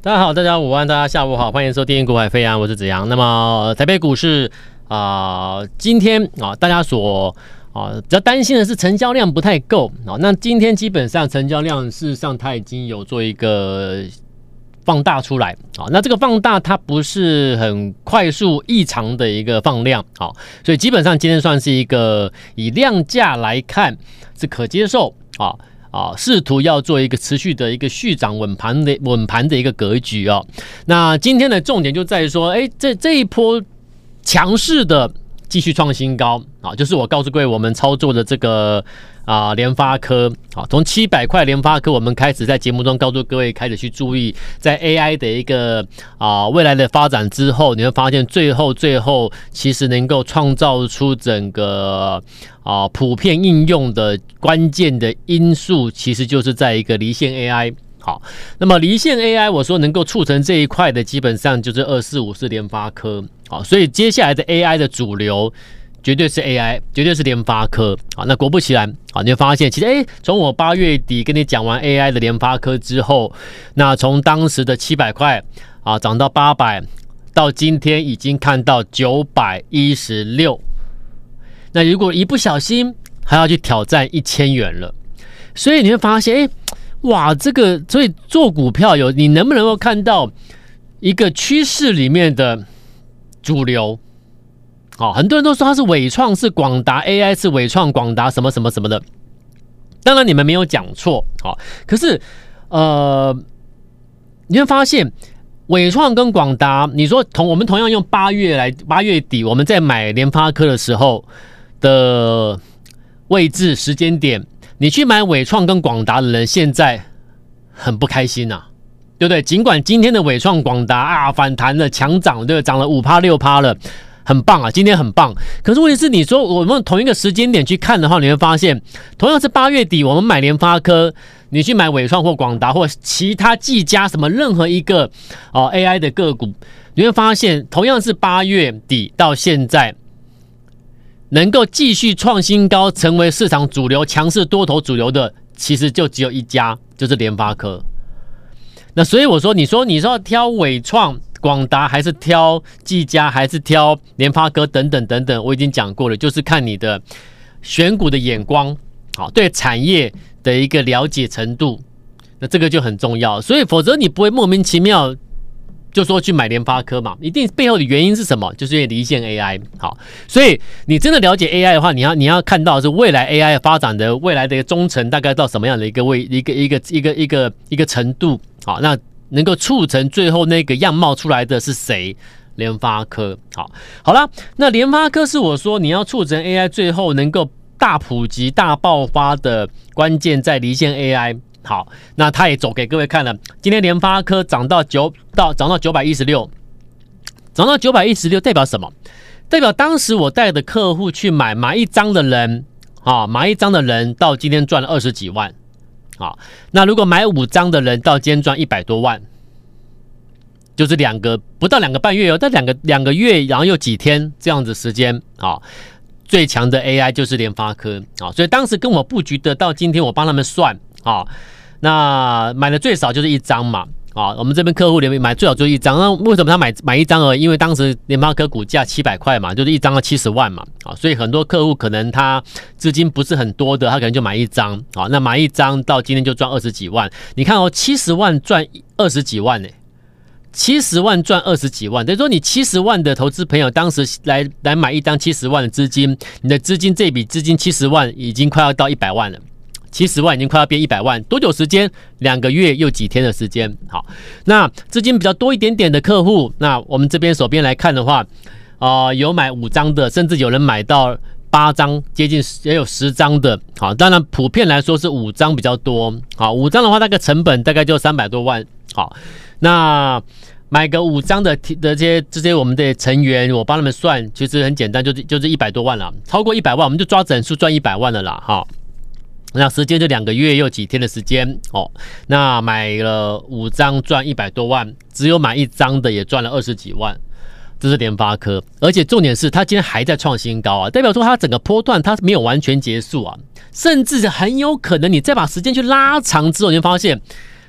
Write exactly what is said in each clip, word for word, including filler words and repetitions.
大家好，大家午安，大家下午好，欢迎收听《股海飞扬》，我是子阳。那么台北股市啊、呃，今天啊，大家所啊比较担心的是成交量不太够啊。那今天基本上成交量事实上它已经有做一个放大出来啊。那这个放大它不是很快速异常的一个放量啊，所以基本上今天算是一个以量价来看是可接受啊。啊，试图要做一个持续的一个续涨稳盘的稳盘的一个格局哦。那今天的重点就在于说，哎，这这一波强势的继续创新高啊，就是我告诉各位我们操作的这个啊联发科啊，从七百块联发科，我们开始在节目中告诉各位开始去注意，在 A I 的一个啊未来的发展之后，你会发现最后最后其实能够创造出整个啊普遍应用的关键的因素，其实就是在一个离线 A I。好，那么离线 A I 我说能够促成这一块的，基本上就是二四五四联发科。好，所以接下来的 A I 的主流绝对是 A I， 绝对是联发科。好，那果不其然，好，你会发现其实哎，从我八月底跟你讲完 A I 的联发科之后，那从当时的七百块啊涨到八百，到今天已经看到九百一十六。那如果一不小心还要去挑战一千元了，所以你会发现哎。哇，这个所以做股票有你能不能够看到一个趋势里面的主流？好、哦，很多人都说它是伟创是广达 A I 是伟创广达什么什么什么的，当然你们没有讲错，好、哦，可是呃，你会发现伟创跟广达，你说同我们同样用八月来八月底我们在买联发科的时候的位置时间点。你去买伟创跟广达的人现在很不开心啊，对不对？尽管今天的伟创广达啊反弹了强涨，对不对？涨了 百分之五 百分之六 了，很棒啊，今天很棒。可是问题是你说我们同一个时间点去看的话，你会发现同样是八月底我们买联发科，你去买伟创或广达或其他技嘉什么任何一个、哦、A I 的个股，你会发现同样是八月底到现在能够继续创新高，成为市场主流、强势多头主流的，其实就只有一家，就是联发科。那所以我说，你说你说要挑伟创、广达，还是挑技嘉，还是挑联发科等等等等，我已经讲过了，就是看你的选股的眼光，好，对产业的一个了解程度，那这个就很重要。所以否则你不会莫名其妙。就说去买联发科嘛，一定背后的原因是什么？就是因为离线 A I。好，所以你真的了解 A I 的话，你要你要看到的是未来 A I 发展的未来的中程大概到什么样的一个位一个一个一个一个一个程度？好，那能够促成最后那个样貌出来的是谁？联发科。好，好了，那联发科是我说你要促成 A I 最后能够大普及、大爆发的关键在离线 A I。好，那他也走给各位看了。今天联发科涨到九到涨到九百一十六，涨到九百一十六代表什么？代表当时我带的客户去买买一张的人，啊，买一张的人到今天赚了二十几万，好，那如果买五张的人到今天赚一百多万，就是两个不到两个半月哦，但两个两个月，然后又几天这样子时间，啊。最强的 A I 就是联发科啊，所以当时跟我布局的，到今天我帮他们算啊，那买的最少就是一张嘛啊，我们这边客户里面买最少就是一张，那为什么他买买一张而已？因为当时联发科股价七百块嘛，就是一张要七十万嘛啊，所以很多客户可能他资金不是很多的，他可能就买一张啊，那买一张到今天就赚二十几万，你看哦，七十万赚二十几万呢、欸。七十万赚二十几万，等于说你七十万的投资朋友当时来来买一张七十万的资金，你的资金这笔资金七十万已经快要到一百万了，七十万已经快要变一百万，多久时间？两个月又几天的时间。好，那资金比较多一点点的客户，那我们这边手边来看的话，呃，有买五张的，甚至有人买到八张，接近也有十张的。好，当然普遍来说是五张比较多。好，五张的话大概成本大概就三百多万。好。那买个五张的的这些这些我们的成员，我帮他们算，其实很简单，就是就是一百多万了，超过一百万我们就抓整数赚一百万了啦，哈。那时间就两个月又几天的时间哦。那买了五张赚一百多万，只有买一张的也赚了二十几万，这是联发科，而且重点是它今天还在创新高啊，代表说它整个波段它没有完全结束啊，甚至很有可能你再把时间去拉长之后，你会发现。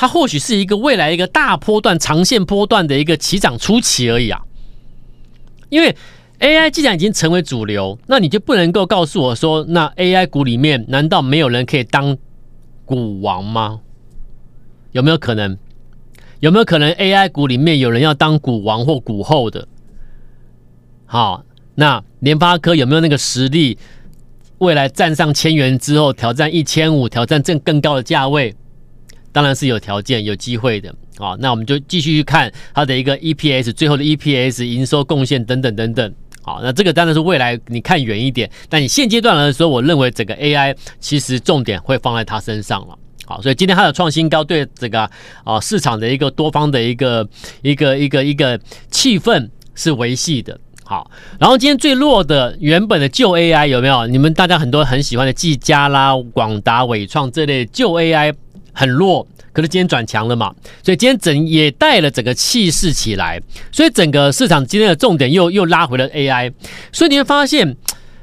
它或许是一个未来一个大波段、长线波段的一个起涨初期而已啊。因为 A I 既然已经成为主流，那你就不能够告诉我说，那 A I 股里面难道没有人可以当股王吗？有没有可能？有没有可能 A I 股里面有人要当股王或股后的？好，那联发科有没有那个实力？未来站上千元之后，挑战一千五，挑战更更高的价位，当然是有条件、有机会的。好，那我们就继续去看它的一个 E P S， 最后的 E P S、营收贡献等等等等。好，那这个当然是未来你看远一点，但你现阶段来说，我认为整个 A I 其实重点会放在它身上了。好，所以今天它的创新高，对这个啊市场的一个多方的一个一个一个一个气氛是维系的。好，然后今天最弱的原本的旧 A I 有没有？你们大家很多很喜欢的技嘉啦、广达、伟创这类旧 A I 很弱。可是今天转强了嘛，所以今天整也带了整个气势起来，所以整个市场今天的重点又又拉回了 A I， 所以你会发现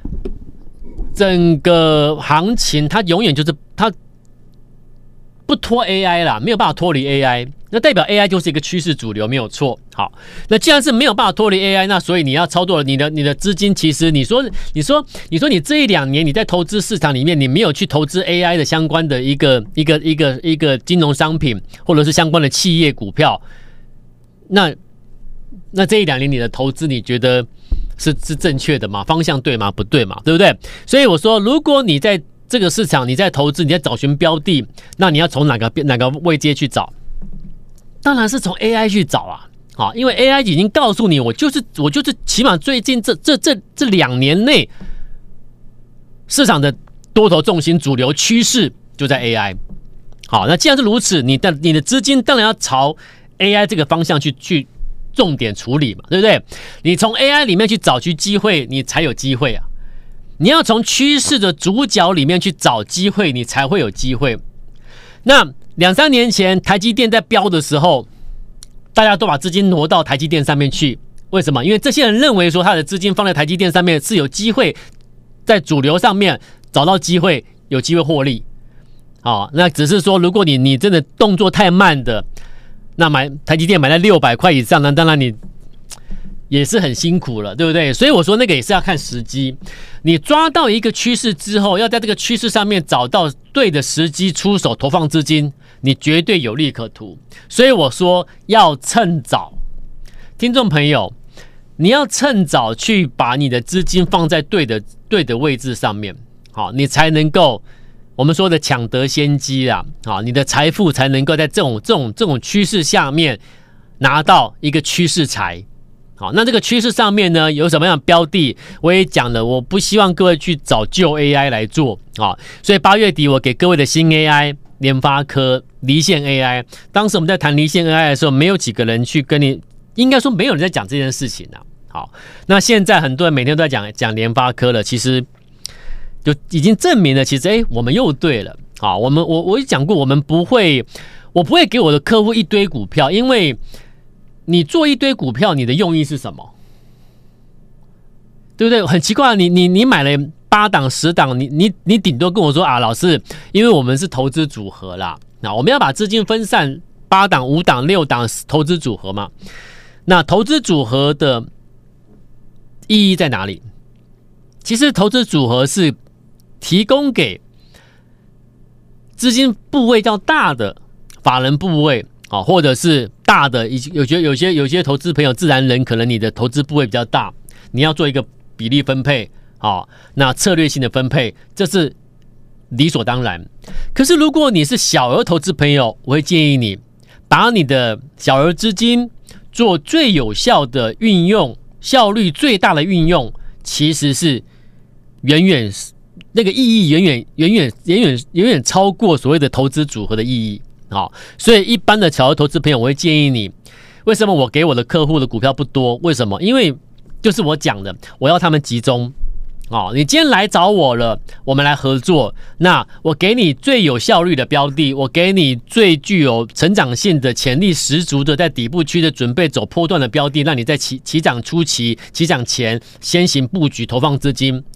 整个行情它永远就是它不脱 A I 啦，没有办法脱离 A I， 那代表 A I 就是一个趋势主流，没有错。好，那既然是没有办法脱离 A I， 那所以你要操作你的你的资金，其实你说你说你说你这一两年你在投资市场里面，你没有去投资 A I 的相关的一个一个一个一个金融商品，或者是相关的企业股票，那那这一两年你的投资，你觉得是是正确的吗？方向对吗？不对嘛，对不对？所以我说，如果你在这个市场你在投资，你在找寻标的，那你要从哪个哪个位阶去找？当然是从 A I 去找啊！好，因为 A I 已经告诉你，我就是我就是起码最近这这这这两年内，市场的多头重心主流趋势就在 A I。好，那既然是如此，你的你的资金当然要朝 A I 这个方向去去重点处理嘛，对不对？你从 A I 里面去找去机会，你才有机会啊！你要从趋势的主角里面去找机会，你才会有机会。那两三年前台积电在飙的时候，大家都把资金挪到台积电上面去，为什么？因为这些人认为说他的资金放在台积电上面是有机会在主流上面找到机会，有机会获利。好，那只是说如果你你真的动作太慢的，那买台积电买在六百块以上呢，当然你也是很辛苦了，对不对？所以我说那个也是要看时机。你抓到一个趋势之后，要在这个趋势上面找到对的时机出手投放资金，你绝对有利可图。所以我说要趁早，听众朋友，你要趁早去把你的资金放在对的对的位置上面，好，你才能够我们说的抢得先机啊，好，你的财富才能够在这种这种这种趋势下面拿到一个趋势财。好，那这个趋势上面呢，有什么样的标的？我也讲了，我不希望各位去找旧 A I 来做啊，所以八月底我给各位的新 A I， 联发科、离线 A I， 当时我们在谈离线 A I 的时候，没有几个人去跟你，应该说没有人在讲这件事情啊。好，那现在很多人每天都在讲讲联发科了，其实就已经证明了，其实哎，我们又对了。好，我们我我也讲过，我们不会，我不会给我的客户一堆股票，因为你做一堆股票，你的用意是什么？对不对？很奇怪，你你你买了八档十档，你你你顶多跟我说啊，老师，因为我们是投资组合啦，那我们要把资金分散八档、五档、六档投资组合嘛。那投资组合的意义在哪里？其实投资组合是提供给资金部位较大的法人部位。好，或者是大的，有些有些有些投资朋友，自然人可能你的投资部位比较大，你要做一个比例分配，好，那策略性的分配，这是理所当然。可是如果你是小额投资朋友，我会建议你把你的小额资金做最有效的运用，效率最大的运用，其实是远远那个意义远远远远远远远远超过所谓的投资组合的意义。好，所以一般的小额投资朋友，我会建议你，为什么我给我的客户的股票不多？为什么？因为就是我讲的，我要他们集中。哦，你今天来找我了，我们来合作。那我给你最有效率的标的，我给你最具有成长性的潜力十足的，在底部区的准备走波段的标的，让你在起起涨初期、起涨前先行布局，投放资金。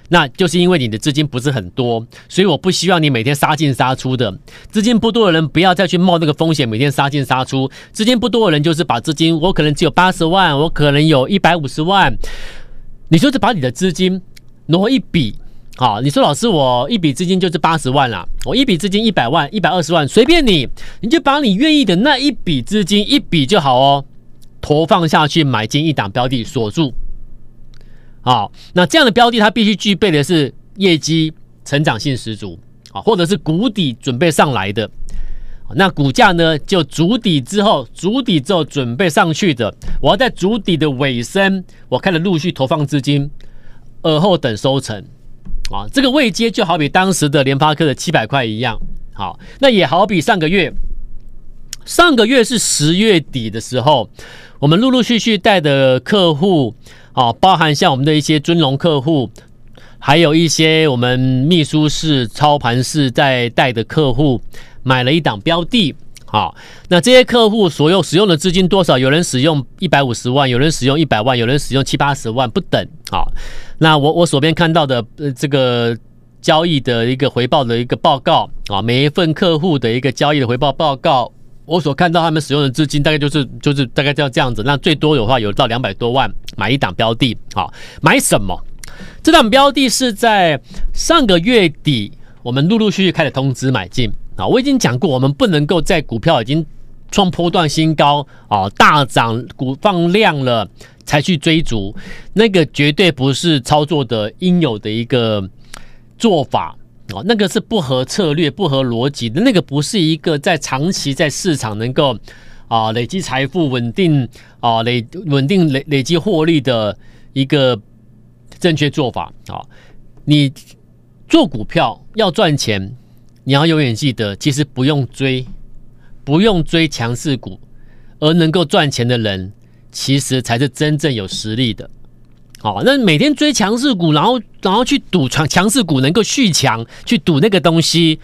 那就是因为你的资金不是很多，所以我不希望你每天杀进杀出的。资金不多的人不要再去冒那个风险，每天杀进杀出。资金不多的人就是把资金，我可能只有八十万，我可能有一百五十万，你就是把你的资金挪一笔。好，你说老师，我一笔资金就是八十万啦，我一笔资金一百万、一百二十万，随便你，你就把你愿意的那一笔资金一笔就好哦，投放下去买进一档标的锁住。好，那这样的标的它必须具备的是业绩成长性十足，或者是谷底准备上来的。那股价呢，就筑底之后，筑底之后准备上去的，我要在筑底的尾声，我开始陆续投放资金，而后等收成。啊，这个位阶就好比当时的联发科的七百块一样。好，那也好比上个月，上个月是十月底的时候，我们陆陆续续带的客户。啊，包含像我们的一些尊荣客户，还有一些我们秘书室、操盘室在带的客户，买了一档标的。好，那这些客户所用使用的资金多少？有人使用一百五十万，有人使用一百万，有人使用七八十万不等。好，那我我手边看到的、呃、这个交易的一个回报的一个报告啊，每一份客户的一个交易的回报报告。我所看到他们使用的资金大概就是就是大概这样子，那最多的话有到两百多万买一档标的。好，买什么？这档标的是在上个月底，我们陆陆续续开始通知买进啊。我已经讲过，我们不能够在股票已经创波段新高啊，大涨股放量了才去追逐，那个绝对不是操作的应有的一个做法。哦，那个是不合策略、不合逻辑的，那个不是一个在长期在市场能够啊、呃、累积财富、稳定啊、呃、累稳定累累积获利的一个正确做法啊、哦。你做股票要赚钱，你要永远记得，其实不用追，不用追强势股，而能够赚钱的人，其实才是真正有实力的。好，那每天追强势股，然后然后去赌强强势股能够续强，去赌那个东西，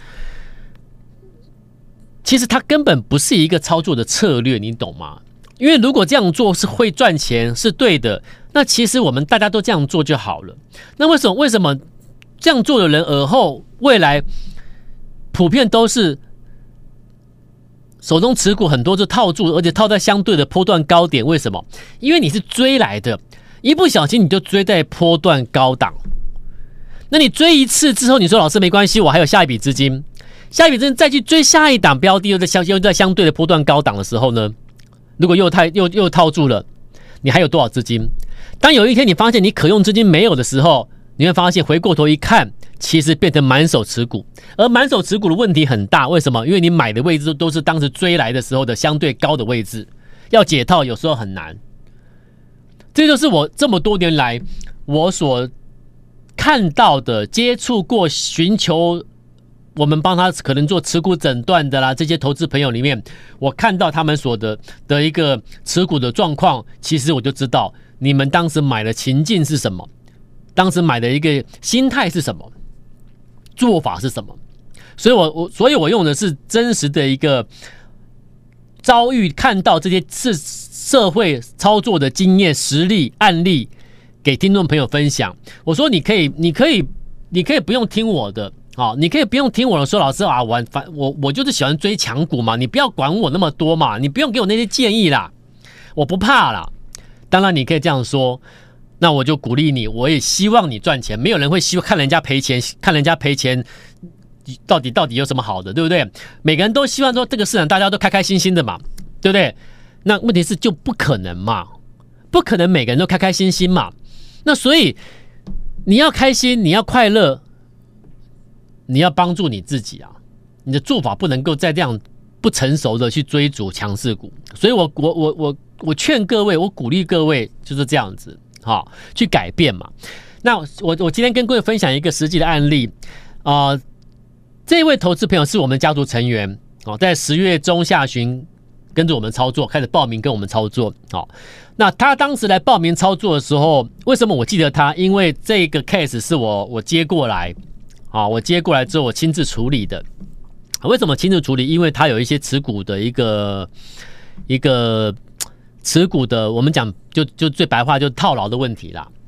其实它根本不是一个操作的策略，你懂吗？因为如果这样做是会赚钱，是对的，那其实我们大家都这样做就好了。那为什么为什么这样做的人而后未来普遍都是手中持股很多就套住，而且套在相对的波段高点？为什么？因为你是追来的。一不小心你就追在波段高档，那你追一次之后，你说老师没关系，我还有下一笔资金，下一笔资金再去追下一档标的，又在相又在相对的波段高档的时候呢，如果又太又又套住了，你还有多少资金？当有一天你发现你可用资金没有的时候，你会发现回过头一看，其实变成满手持股，而满手持股的问题很大，为什么？因为你买的位置都是当时追来的时候的相对高的位置，要解套有时候很难。这就是我这么多年来我所看到的、接触过、寻求我们帮他可能做持股诊断的啦，这些投资朋友里面，我看到他们所的的一个持股的状况，其实我就知道你们当时买的情境是什么，当时买的一个心态是什么，做法是什么。所以我我所以我用的是真实的一个遭遇，看到这些是社会操作的经验、实例、案例，给听众朋友分享。我说你可以，你可以，你可以不用听我的，好，你可以不用听我的说，老师啊，我我我就是喜欢追强股嘛，你不要管我那么多嘛，你不用给我那些建议啦，我不怕啦。当然你可以这样说，那我就鼓励你，我也希望你赚钱。没有人会希望看人家赔钱，看人家赔钱。到底到底有什么好的，对不对？每个人都希望说这个市场大家都开开心心的嘛，对不对？那问题是就不可能嘛，不可能每个人都开开心心嘛。那所以你要开心，你要快乐，你要帮助你自己啊。你的做法不能够再这样不成熟的去追逐强势股。所以我我我我我劝各位，我鼓励各位就是这样子，好，去改变嘛。那我我今天跟各位分享一个实际的案例啊。呃这位投资朋友是我们家族成员哦，在十月中下旬跟着我们操作，开始报名跟我们操作哦。那他当时来报名操作的时候，为什么我记得他？因为这个 case 是我我接过来啊、哦，我接过来之后我亲自处理的。为什么亲自处理？因为他有一些持股的一个一个持股的，我们讲就就最白话就是套牢的问题啦。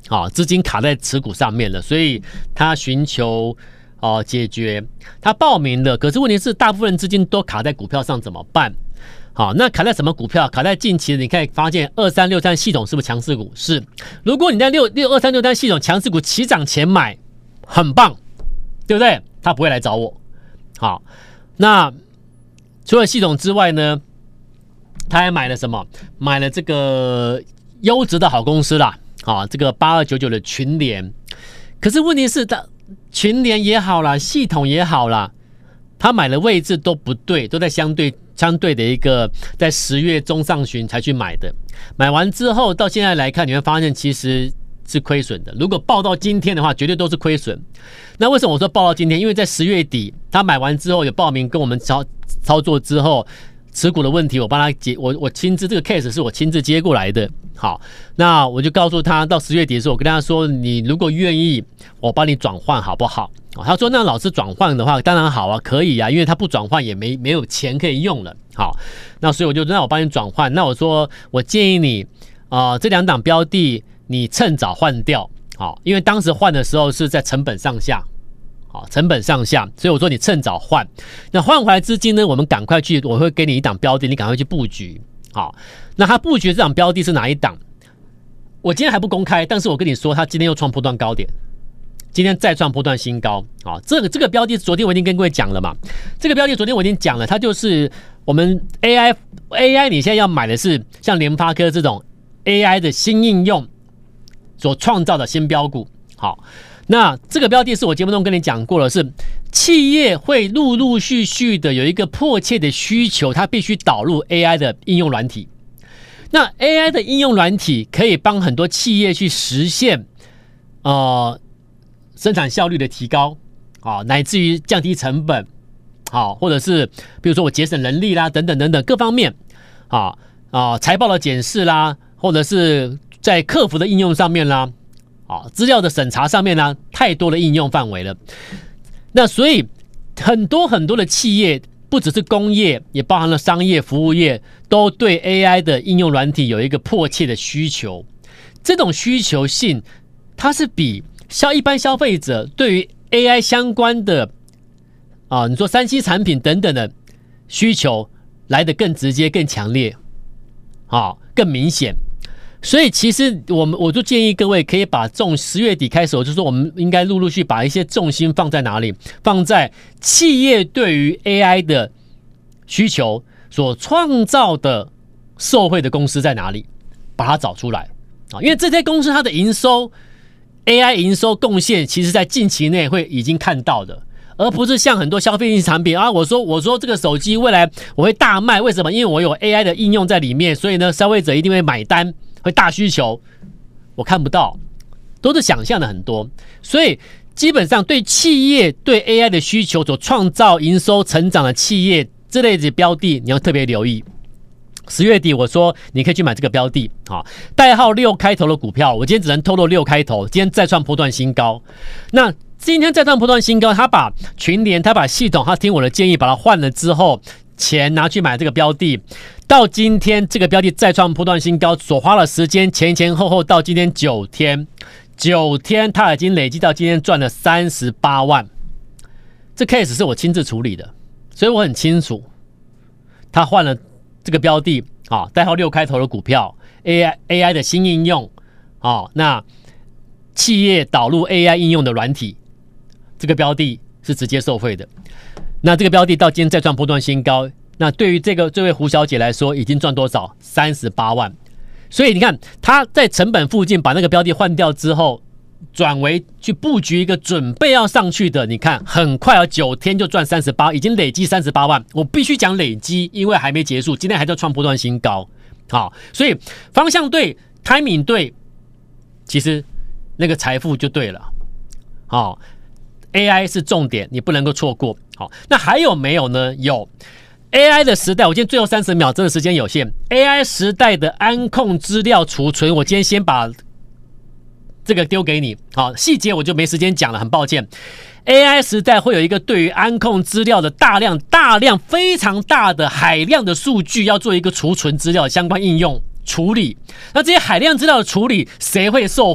啊，资金卡在持股上面了，所以他寻求哦、呃、解决，他报名了，可是问题是大部分资金都卡在股票上怎么办？好，那卡在什么股票？卡在近期，你可以发现二三六三系统是不是强势股？是。如果你在六六二三六三系统强势股起涨前买，很棒，对不对？他不会来找我。好，那除了系统之外呢，他还买了什么？买了这个优质的好公司啦。啊，这个八二九九的群联。可是问题是，他群联也好啦，系统也好啦，他买的位置都不对，都在相对。相对的一个在十月中上旬才去买的，买完之后到现在来看，你会发现其实是亏损的。如果报到今天的话，绝对都是亏损。那为什么我说报到今天？因为在十月底他买完之后有报名跟我们操操作之后，持股的问题我帮他接，我我亲自这个 case 是我亲自接过来的。好，那我就告诉他，到十月底的时候，我跟他说，你如果愿意，我帮你转换好不好？他说：“那老师转换的话，当然好啊，可以啊，因为他不转换也没没有钱可以用了。好，那所以我就那我帮你转换。那我说，我建议你啊、呃，这两档标的你趁早换掉，好，因为当时换的时候是在成本上下，好，成本上下，所以我说你趁早换。那换回来资金呢，我们赶快去，我会给你一档标的，你赶快去布局。好，那他布局这档标的是哪一档？我今天还不公开，但是我跟你说，他今天又创波段高点。”今天再创波段新高啊！这个这个标的，昨天我已经跟各位讲了嘛。这个标的昨天我已经讲了，它就是我们 A I A I， 你现在要买的是像联发科这种 A I 的新应用所创造的新标股。好，那这个标的是我节目中跟你讲过了，是企业会陆陆续续的有一个迫切的需求，它必须导入 A I 的应用软体。那 A I 的应用软体可以帮很多企业去实现呃。生产效率的提高，啊，乃至于降低成本，好，或者是比如说我节省人力啦，等等等等各方面，啊啊，财报的检视啦，或者是在客服的应用上面啦，啊，资料的审查上面啦，太多的应用范围了。那所以很多很多的企业，不只是工业，也包含了商业、服务业，都对 A I 的应用软体有一个迫切的需求。这种需求性，它是比消一般消费者对于 A I 相关的啊，你说三 C 产品等等的需求来得更直接、更强烈，啊，更明显。所以其实我们我就建议各位可以把重十月底开始，我就说我们应该陆陆续把一些重心放在哪里？放在企业对于 A I 的需求所创造的受惠的公司在哪里，把它找出来啊，因为这些公司它的营收。A I 营收贡献，其实在近期内会已经看到的，而不是像很多消费性产品啊，我说我说这个手机未来我会大卖，为什么？因为我有 A I 的应用在里面，所以呢，消费者一定会买单，会大需求。我看不到，都是想象的很多，所以基本上对企业对 A I 的需求所创造营收成长的企业这类的标的，你要特别留意。十月底我说你可以去买这个标的，好，代号六开头的股票，我今天只能透露六开头，今天再创波段新高。那今天再创波段新高，他把群联，他把系统，他听我的建议把它换了之后，钱拿去买这个标的，到今天这个标的再创波段新高，所花的时间前前后后到今天九天，九天他已经累积到今天赚了三十八万。这 case 是我亲自处理的，所以我很清楚，他换了。这个标的啊，代号六开头的股票 ，A I A I 的新应用啊，那企业导入 A I 应用的软体，这个标的是直接受惠的。那这个标的到今天再创波段新高，那对于这个这位胡小姐来说，已经赚多少？三十八万。所以你看，她在成本附近把那个标的换掉之后，转为去布局一个准备要上去的，你看很快啊，九天就赚三十八，已经累积三十八万。我必须讲累积，因为还没结束，今天还在创波段新高。好，所以方向对 ，timing 对，其实那个财富就对了。好 ，A I 是重点，你不能够错过。好，那还有没有呢？有 A I 的时代，我今天最后三十秒，真的时间有限。A I 时代的安控资料储存，我今天先把这个丢给你，好，细节我就没时间讲了，很抱歉。A I 时代会有一个对于安控资料的大量、大量、非常大的海量的数据，要做一个储存资料相关应用处理。那这些海量资料的处理，谁会受惠？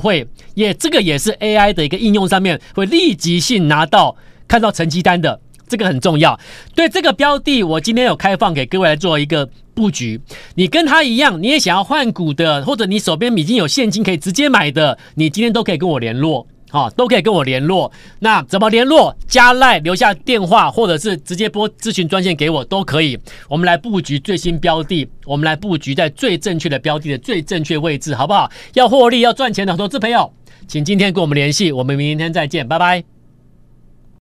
也这个也是 A I 的一个应用上面会立即性拿到看到成绩单的，这个很重要。对这个标的，我今天有开放给各位来做一个布局。你跟他一样，你也想要换股的，或者你手边已经有现金可以直接买的，你今天都可以跟我联络。好、哦，都可以跟我联络。那怎么联络？加赖留下电话，或者是直接拨咨询专线给我都可以。我们来布局最新标的，我们来布局在最正确的标的的最正确位置，好不好？要获利、要赚钱的投资朋友，请今天跟我们联系。我们明天再见，拜拜。